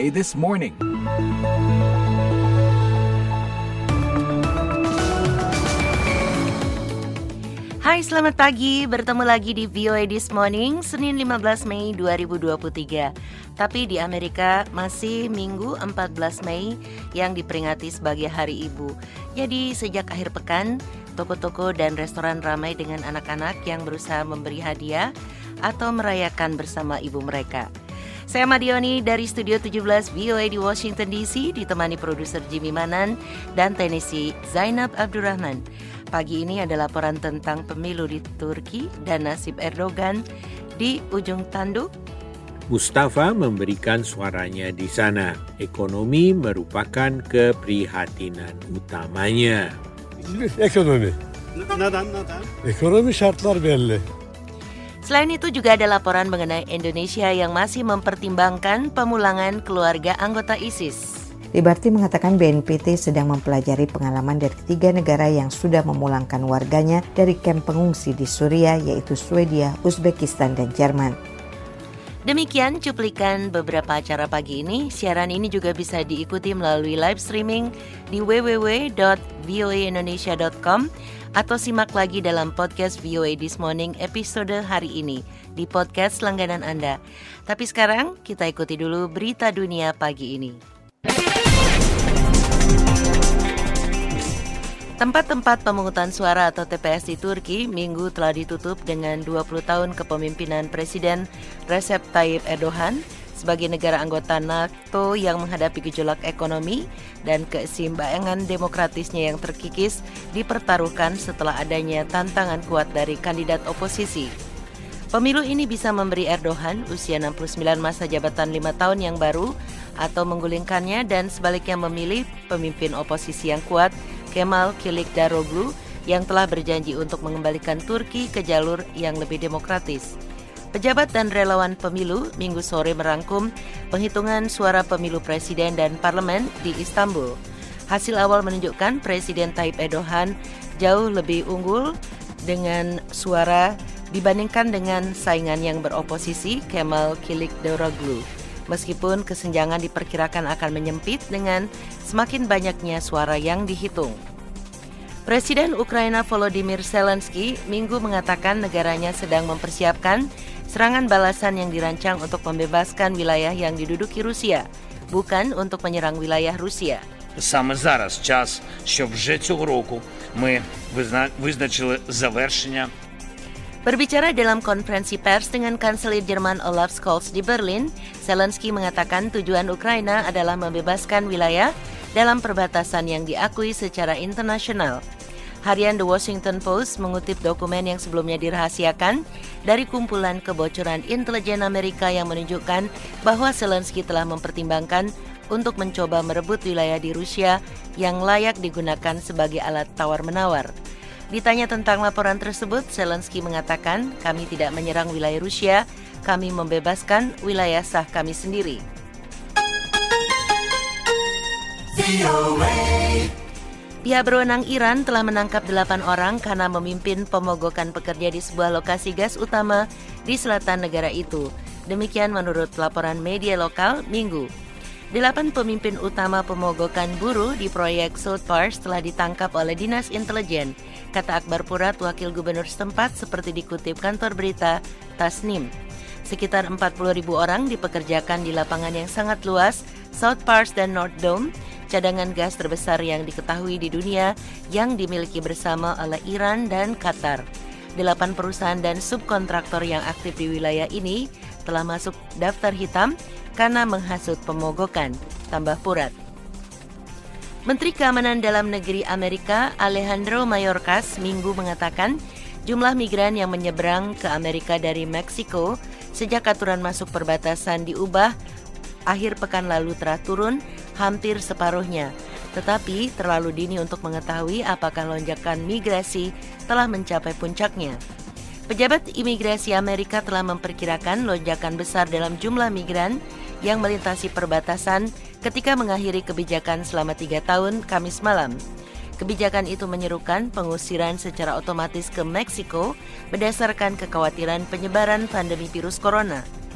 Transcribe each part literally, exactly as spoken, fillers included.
A This Morning. Hai, selamat pagi. Bertemu lagi di V O A This Morning, Senin lima belas Mei dua ribu dua puluh tiga. Tapi di Amerika masih Minggu empat belas Mei yang diperingati sebagai Hari Ibu. Jadi sejak akhir pekan, toko-toko dan restoran ramai dengan anak-anak yang berusaha memberi hadiah atau merayakan bersama ibu mereka. Saya Madioni dari Studio tujuh belas V O A di Washington D C, ditemani produser Jimmy Manan dan teknisi Zainab Abdurrahman. Pagi ini ada laporan tentang pemilu di Turki dan nasib Erdogan di ujung tanduk. Mustafa memberikan suaranya di sana. Ekonomi merupakan keprihatinan utamanya. Ekonomi. Neden, neden? Ekonomi şartlar belli. Selain itu juga ada laporan mengenai Indonesia yang masih mempertimbangkan pemulangan keluarga anggota ISIS. Liberty mengatakan B N P T sedang mempelajari pengalaman dari ketiga negara yang sudah memulangkan warganya dari kamp pengungsi di Suriah, yaitu Swedia, Uzbekistan, dan Jerman. Demikian cuplikan beberapa acara pagi ini. Siaran ini juga bisa diikuti melalui live streaming di w w w dot v o a indonesia dot com atau simak lagi dalam podcast V O A This Morning episode hari ini di podcast langganan Anda. Tapi sekarang kita ikuti dulu berita dunia pagi ini. Tempat-tempat pemungutan suara atau T P S di Turki minggu telah ditutup dengan dua puluh tahun kepemimpinan Presiden Recep Tayyip Erdogan sebagai negara anggota NATO yang menghadapi gejolak ekonomi dan keseimbangan demokratisnya yang terkikis dipertaruhkan setelah adanya tantangan kuat dari kandidat oposisi. Pemilu ini bisa memberi Erdogan usia enam puluh sembilan masa jabatan lima tahun yang baru atau menggulingkannya dan sebaliknya memilih pemimpin oposisi yang kuat Kemal Kılıçdaroğlu yang telah berjanji untuk mengembalikan Turki ke jalur yang lebih demokratis. Pejabat dan relawan pemilu minggu sore merangkum penghitungan suara pemilu presiden dan parlemen di Istanbul. Hasil awal menunjukkan Presiden Tayyip Erdogan jauh lebih unggul dengan suara dibandingkan dengan saingan yang beroposisi Kemal Kılıçdaroğlu. Meskipun kesenjangan diperkirakan akan menyempit dengan semakin banyaknya suara yang dihitung. Presiden Ukraina Volodymyr Zelensky minggu mengatakan negaranya sedang mempersiapkan serangan balasan yang dirancang untuk membebaskan wilayah yang diduduki Rusia, bukan untuk menyerang wilayah Rusia. Саме зараз час, щоб вже цього року ми визначили завершення. Berbicara dalam konferensi pers dengan Kanselir Jerman Olaf Scholz di Berlin, Zelensky mengatakan tujuan Ukraina adalah membebaskan wilayah dalam perbatasan yang diakui secara internasional. Harian The Washington Post mengutip dokumen yang sebelumnya dirahasiakan dari kumpulan kebocoran intelijen Amerika yang menunjukkan bahwa Zelensky telah mempertimbangkan untuk mencoba merebut wilayah di Rusia yang layak digunakan sebagai alat tawar-menawar. Ditanya tentang laporan tersebut, Zelensky mengatakan, kami tidak menyerang wilayah Rusia, kami membebaskan wilayah sah kami sendiri. Pihak berwenang Iran telah menangkap delapan orang karena memimpin pemogokan pekerja di sebuah lokasi gas utama di selatan negara itu. Demikian menurut laporan media lokal Minggu. Delapan pemimpin utama pemogokan buruh di proyek South Pars telah ditangkap oleh Dinas Intelijen, kata Akbar Purat, wakil gubernur setempat seperti dikutip kantor berita Tasnim. Sekitar empat puluh ribu orang dipekerjakan di lapangan yang sangat luas, South Pars dan North Dome, cadangan gas terbesar yang diketahui di dunia yang dimiliki bersama oleh Iran dan Qatar. Delapan perusahaan dan subkontraktor yang aktif di wilayah ini telah masuk daftar hitam karena menghasut pemogokan, tambah Purat. Menteri Keamanan Dalam Negeri Amerika Alejandro Mayorkas minggu mengatakan jumlah migran yang menyeberang ke Amerika dari Meksiko sejak aturan masuk perbatasan diubah akhir pekan lalu telah turun hampir separuhnya. Tetapi terlalu dini untuk mengetahui apakah lonjakan migrasi telah mencapai puncaknya. Pejabat imigrasi Amerika telah memperkirakan lonjakan besar dalam jumlah migran yang melintasi perbatasan ketika mengakhiri kebijakan selama tiga tahun Kamis malam. Kebijakan itu menyerukan pengusiran secara otomatis ke Meksiko berdasarkan kekhawatiran penyebaran pandemi virus corona.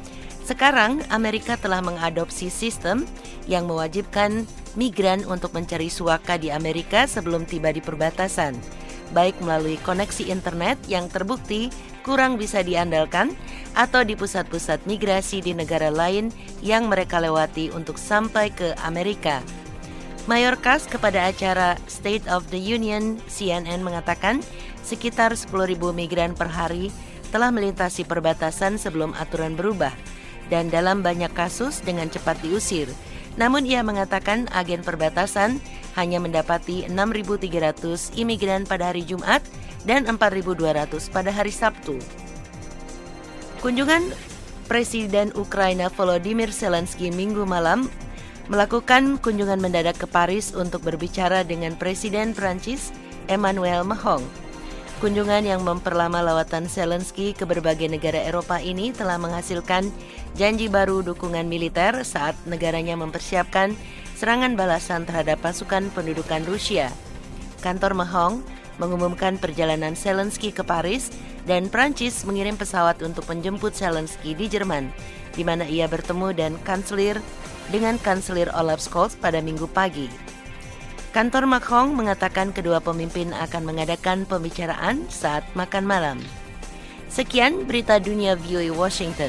Sekarang, Amerika telah mengadopsi sistem yang mewajibkan migran untuk mencari suaka di Amerika sebelum tiba di perbatasan, baik melalui koneksi internet yang terbukti kurang bisa diandalkan atau di pusat-pusat migrasi di negara lain yang mereka lewati untuk sampai ke Amerika. Mayorkas kepada acara State of the Union C N N mengatakan sekitar sepuluh ribu migran per hari telah melintasi perbatasan sebelum aturan berubah dan dalam banyak kasus dengan cepat diusir. Namun ia mengatakan agen perbatasan hanya mendapati enam ribu tiga ratus imigran pada hari Jumat dan empat ribu dua ratus pada hari Sabtu. Kunjungan Presiden Ukraina Volodymyr Zelensky Minggu malam melakukan kunjungan mendadak ke Paris untuk berbicara dengan Presiden Prancis Emmanuel Macron. Kunjungan yang memperlama lawatan Zelensky ke berbagai negara Eropa ini telah menghasilkan janji baru dukungan militer saat negaranya mempersiapkan serangan balasan terhadap pasukan pendudukan Rusia. Kantor Macron mengumumkan perjalanan Zelensky ke Paris dan Prancis mengirim pesawat untuk menjemput Zelensky di Jerman, di mana ia bertemu dan kanselir dengan kanselir Olaf Scholz pada Minggu pagi. Kantor Macron mengatakan kedua pemimpin akan mengadakan pembicaraan saat makan malam. Sekian berita dunia V O A Washington.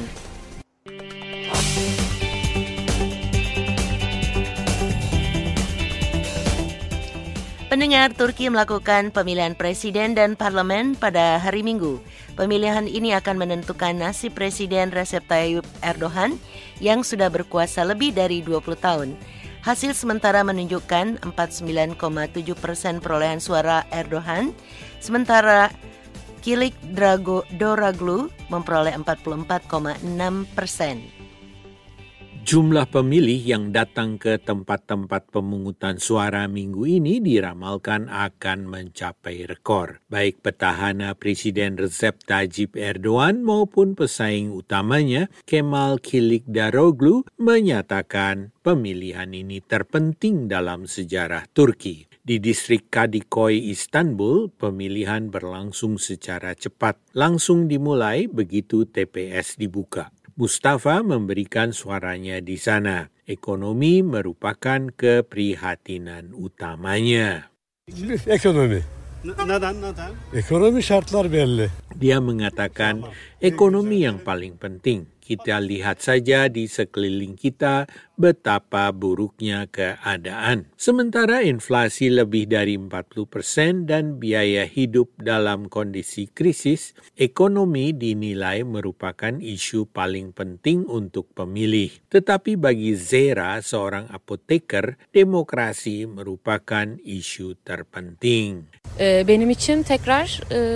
Pendengar, Turki melakukan pemilihan presiden dan parlemen pada hari Minggu. Pemilihan ini akan menentukan nasib Presiden Recep Tayyip Erdogan yang sudah berkuasa lebih dari dua puluh tahun. Hasil sementara menunjukkan empat puluh sembilan koma tujuh persen perolehan suara Erdogan, sementara Kilik Doroglu memperoleh empat puluh empat koma enam persen. Jumlah pemilih yang datang ke tempat-tempat pemungutan suara minggu ini diramalkan akan mencapai rekor. Baik petahana Presiden Recep Tayyip Erdogan maupun pesaing utamanya Kemal Kılıçdaroğlu menyatakan pemilihan ini terpenting dalam sejarah Turki. Di distrik Kadıköy, Istanbul, pemilihan berlangsung secara cepat. Langsung dimulai begitu T P S dibuka. Mustafa memberikan suaranya di sana. Ekonomi merupakan keprihatinan utamanya. Ekonomi. Neden, neden? Ekonomi şartlar belli. Dia mengatakan ekonomi yang paling penting. Kita lihat saja di sekeliling kita betapa buruknya keadaan. Sementara inflasi lebih dari empat puluh persen dan biaya hidup dalam kondisi krisis, ekonomi dinilai merupakan isu paling penting untuk pemilih. Tetapi bagi Zera, seorang apoteker, demokrasi merupakan isu terpenting. Benim için tekrar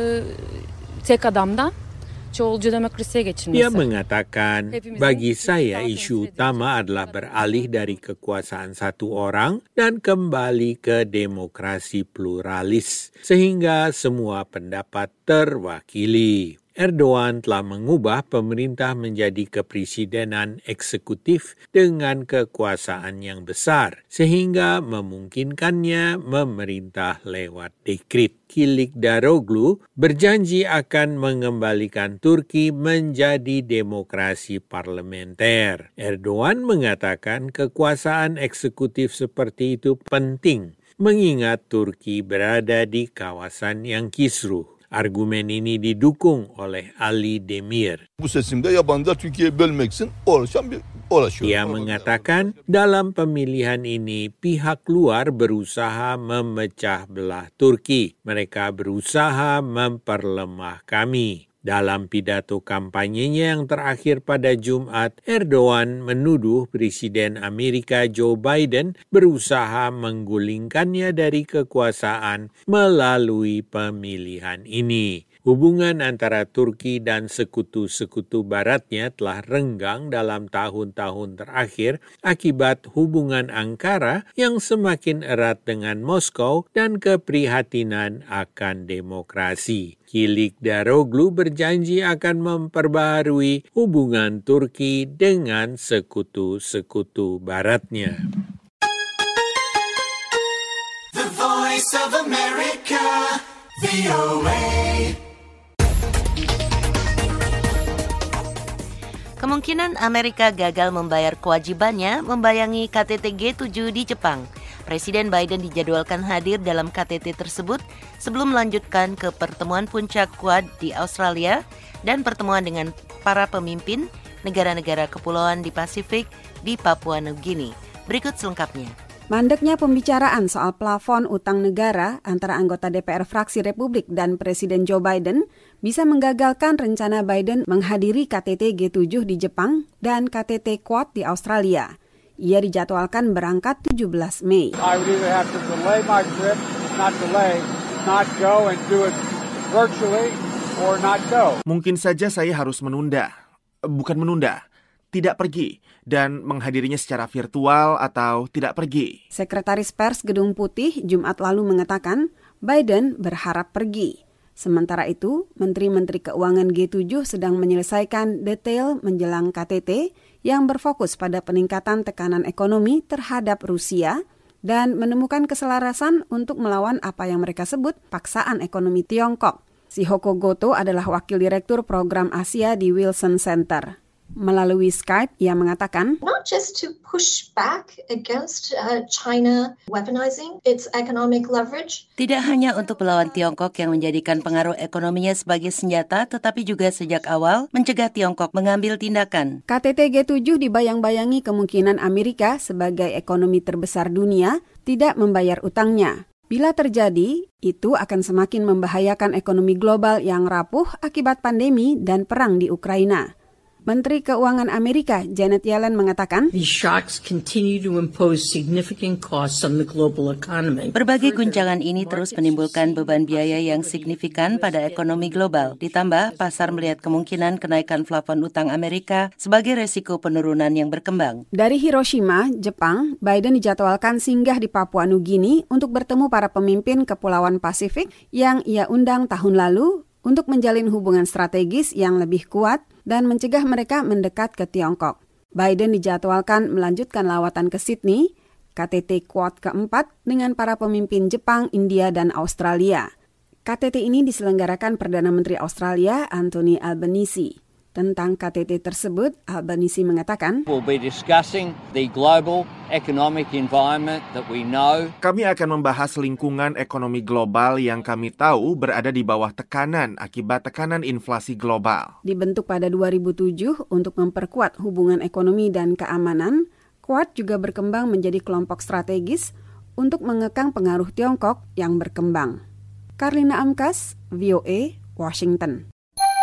tek adamdan çoğulcu demokrasiye geçilmesi. Dia mengatakan, bagi saya isu utama adalah beralih dari kekuasaan satu orang dan kembali ke demokrasi pluralis, sehingga semua pendapat terwakili. Erdogan telah mengubah pemerintah menjadi kepresidenan eksekutif dengan kekuasaan yang besar, sehingga memungkinkannya memerintah lewat dekret. Kılıçdaroğlu berjanji akan mengembalikan Turki menjadi demokrasi parlementer. Erdogan mengatakan kekuasaan eksekutif seperti itu penting, mengingat Turki berada di kawasan yang kisruh. Argumen ini didukung oleh Ali Demir. Bu seçimde yabancılar Türkiye'yi bölmek için uğraşan bir uğraşıyor. Dia mengatakan dalam pemilihan ini pihak luar berusaha memecah belah Turki. Mereka berusaha memperlemah kami. Dalam pidato kampanyenya yang terakhir pada Jumat, Erdogan menuduh Presiden Amerika Joe Biden berusaha menggulingkannya dari kekuasaan melalui pemilihan ini. Hubungan antara Turki dan sekutu-sekutu baratnya telah renggang dalam tahun-tahun terakhir akibat hubungan Ankara yang semakin erat dengan Moskow dan keprihatinan akan demokrasi. Kılıçdaroğlu berjanji akan memperbaharui hubungan Turki dengan sekutu-sekutu baratnya. The Voice of America, V O A. Kemungkinan Amerika gagal membayar kewajibannya membayangi K T T G tujuh di Jepang. Presiden Biden dijadwalkan hadir dalam K T T tersebut sebelum melanjutkan ke pertemuan puncak Quad di Australia dan pertemuan dengan para pemimpin negara-negara kepulauan di Pasifik di Papua Nugini. Berikut selengkapnya. Mandeknya pembicaraan soal plafon utang negara antara anggota D P R fraksi Republik dan Presiden Joe Biden bisa menggagalkan rencana Biden menghadiri K T T G tujuh di Jepang dan K T T Quad di Australia. Ia dijadwalkan berangkat tujuh belas Mei. I would either have to delay my trip, not delay, not go and do it virtually or not go. Mungkin saja saya harus menunda, bukan menunda, tidak pergi dan menghadirinya secara virtual atau tidak pergi. Sekretaris Pers Gedung Putih Jumat lalu mengatakan Biden berharap pergi. Sementara itu, Menteri-Menteri Keuangan G tujuh sedang menyelesaikan detail menjelang K T T yang berfokus pada peningkatan tekanan ekonomi terhadap Rusia dan menemukan keselarasan untuk melawan apa yang mereka sebut paksaan ekonomi Tiongkok. Shihoko Goto adalah Wakil Direktur Program Asia di Wilson Center. Melalui Skype, ia mengatakan, Not just to push back against uh, China weaponizing its economic leverage. Tidak hanya untuk melawan Tiongkok yang menjadikan pengaruh ekonominya sebagai senjata, tetapi juga sejak awal mencegah Tiongkok mengambil tindakan. K T T G tujuh dibayang-bayangi kemungkinan Amerika sebagai ekonomi terbesar dunia tidak membayar utangnya. Bila terjadi, itu akan semakin membahayakan ekonomi global yang rapuh akibat pandemi dan perang di Ukraina. Menteri Keuangan Amerika Janet Yellen mengatakan, These shocks continue to impose significant costs on the global economy. Berbagai guncangan ini terus menimbulkan beban biaya yang signifikan pada ekonomi global. Ditambah, pasar melihat kemungkinan kenaikan plafon utang Amerika sebagai resiko penurunan yang berkembang. Dari Hiroshima, Jepang, Biden dijadwalkan singgah di Papua Nugini untuk bertemu para pemimpin Kepulauan Pasifik yang ia undang tahun lalu untuk menjalin hubungan strategis yang lebih kuat dan mencegah mereka mendekat ke Tiongkok. Biden dijadwalkan melanjutkan lawatan ke Sydney, K T T Quad keempat dengan para pemimpin Jepang, India, dan Australia. K T T ini diselenggarakan Perdana Menteri Australia Anthony Albanese. Tentang K T T tersebut, Albanese mengatakan, We'll be discussing the global economic environment that we know. Kami akan membahas lingkungan ekonomi global yang kami tahu berada di bawah tekanan akibat tekanan inflasi global. Dibentuk pada dua ribu tujuh untuk memperkuat hubungan ekonomi dan keamanan, Quad juga berkembang menjadi kelompok strategis untuk mengekang pengaruh Tiongkok yang berkembang. Karlina Amkas, V O A, Washington.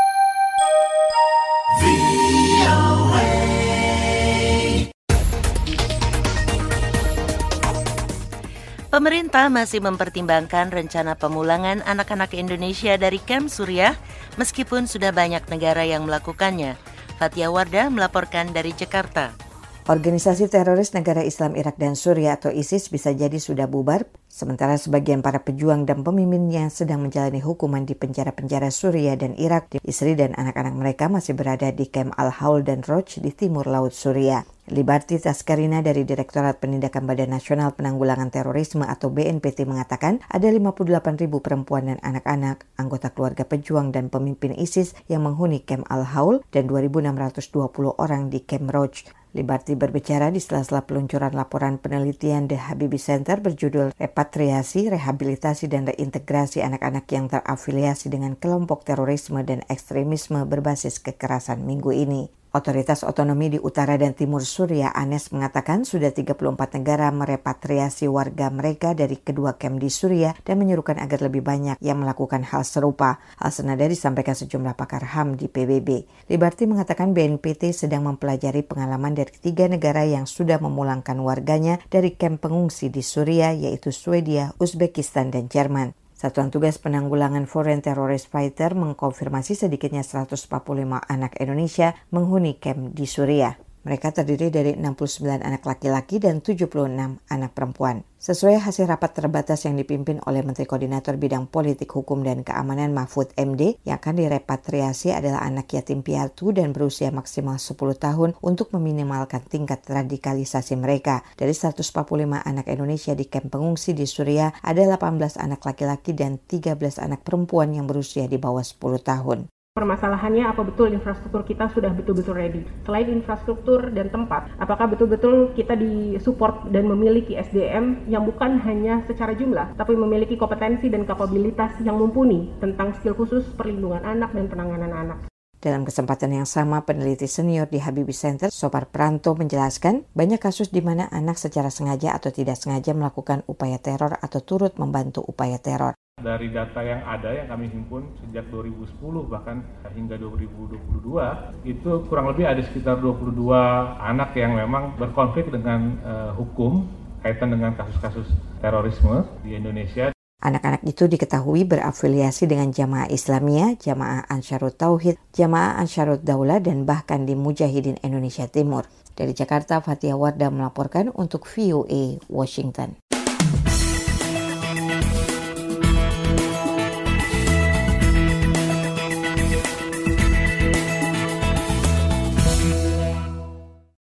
Pemerintah masih mempertimbangkan rencana pemulangan anak-anak Indonesia dari kamp Suriah meskipun sudah banyak negara yang melakukannya. Fatia Wardah melaporkan dari Jakarta. Organisasi teroris negara Islam Irak dan Suriah atau ISIS bisa jadi sudah bubar, sementara sebagian para pejuang dan pemimpinnya sedang menjalani hukuman di penjara-penjara Suriah dan Irak. Istri dan anak-anak mereka masih berada di kamp Al-Haul dan Roj di timur laut Suriah. Libarti Taskarina dari Direktorat Penindakan Badan Nasional Penanggulangan Terorisme atau B N P T mengatakan ada lima puluh delapan ribu perempuan dan anak-anak, anggota keluarga pejuang dan pemimpin ISIS yang menghuni kamp Al-Haul dan dua ribu enam ratus dua puluh orang di kamp Roj. Libarti berbicara di sela-sela peluncuran laporan penelitian The Habibie Center berjudul Repatriasi, Rehabilitasi, dan Reintegrasi Anak-anak yang terafiliasi dengan kelompok terorisme dan ekstremisme berbasis kekerasan minggu ini. Otoritas otonomi di utara dan timur Suriah, A N E S, mengatakan sudah tiga puluh empat negara merepatriasi warga mereka dari kedua kamp di Suriah dan menyuruhkan agar lebih banyak yang melakukan hal serupa. Hal senada disampaikan sejumlah pakar H A M di P B B. Libarti mengatakan B N P T sedang mempelajari pengalaman dari tiga negara yang sudah memulangkan warganya dari kamp pengungsi di Suriah, yaitu Swedia, Uzbekistan, dan Jerman. Satuan Tugas Penanggulangan Foreign Terrorist Fighter mengkonfirmasi sedikitnya seratus empat puluh lima anak Indonesia menghuni kamp di Suriah. Mereka terdiri dari enam puluh sembilan anak laki-laki dan tujuh puluh enam anak perempuan. Sesuai hasil rapat terbatas yang dipimpin oleh Menteri Koordinator Bidang Politik, Hukum, dan Keamanan Mahfud M D, yang akan direpatriasi adalah anak yatim piatu dan berusia maksimal sepuluh tahun untuk meminimalkan tingkat radikalisasi mereka. Dari seratus empat puluh lima anak Indonesia di kamp pengungsi di Suriah, ada delapan belas anak laki-laki dan tiga belas anak perempuan yang berusia di bawah sepuluh tahun. Permasalahannya apa betul infrastruktur kita sudah betul-betul ready? Selain infrastruktur dan tempat, apakah betul-betul kita disupport dan memiliki S D M yang bukan hanya secara jumlah, tapi memiliki kompetensi dan kapabilitas yang mumpuni tentang skill khusus perlindungan anak dan penanganan anak. Dalam kesempatan yang sama, peneliti senior di Habibie Center, Sopar Pranto, menjelaskan banyak kasus di mana anak secara sengaja atau tidak sengaja melakukan upaya teror atau turut membantu upaya teror. Dari data yang ada yang kami himpun sejak dua ribu sepuluh bahkan hingga dua ribu dua puluh dua, itu kurang lebih ada sekitar dua puluh dua anak yang memang berkonflik dengan uh, hukum kaitan dengan kasus-kasus terorisme di Indonesia. Anak-anak itu diketahui berafiliasi dengan Jamaah Islamiyah, Jamaah Ansharut Tauhid, Jamaah Ansharut Daulah, dan bahkan di Mujahidin Indonesia Timur. Dari Jakarta, Fathia Wardah melaporkan untuk V O A Washington.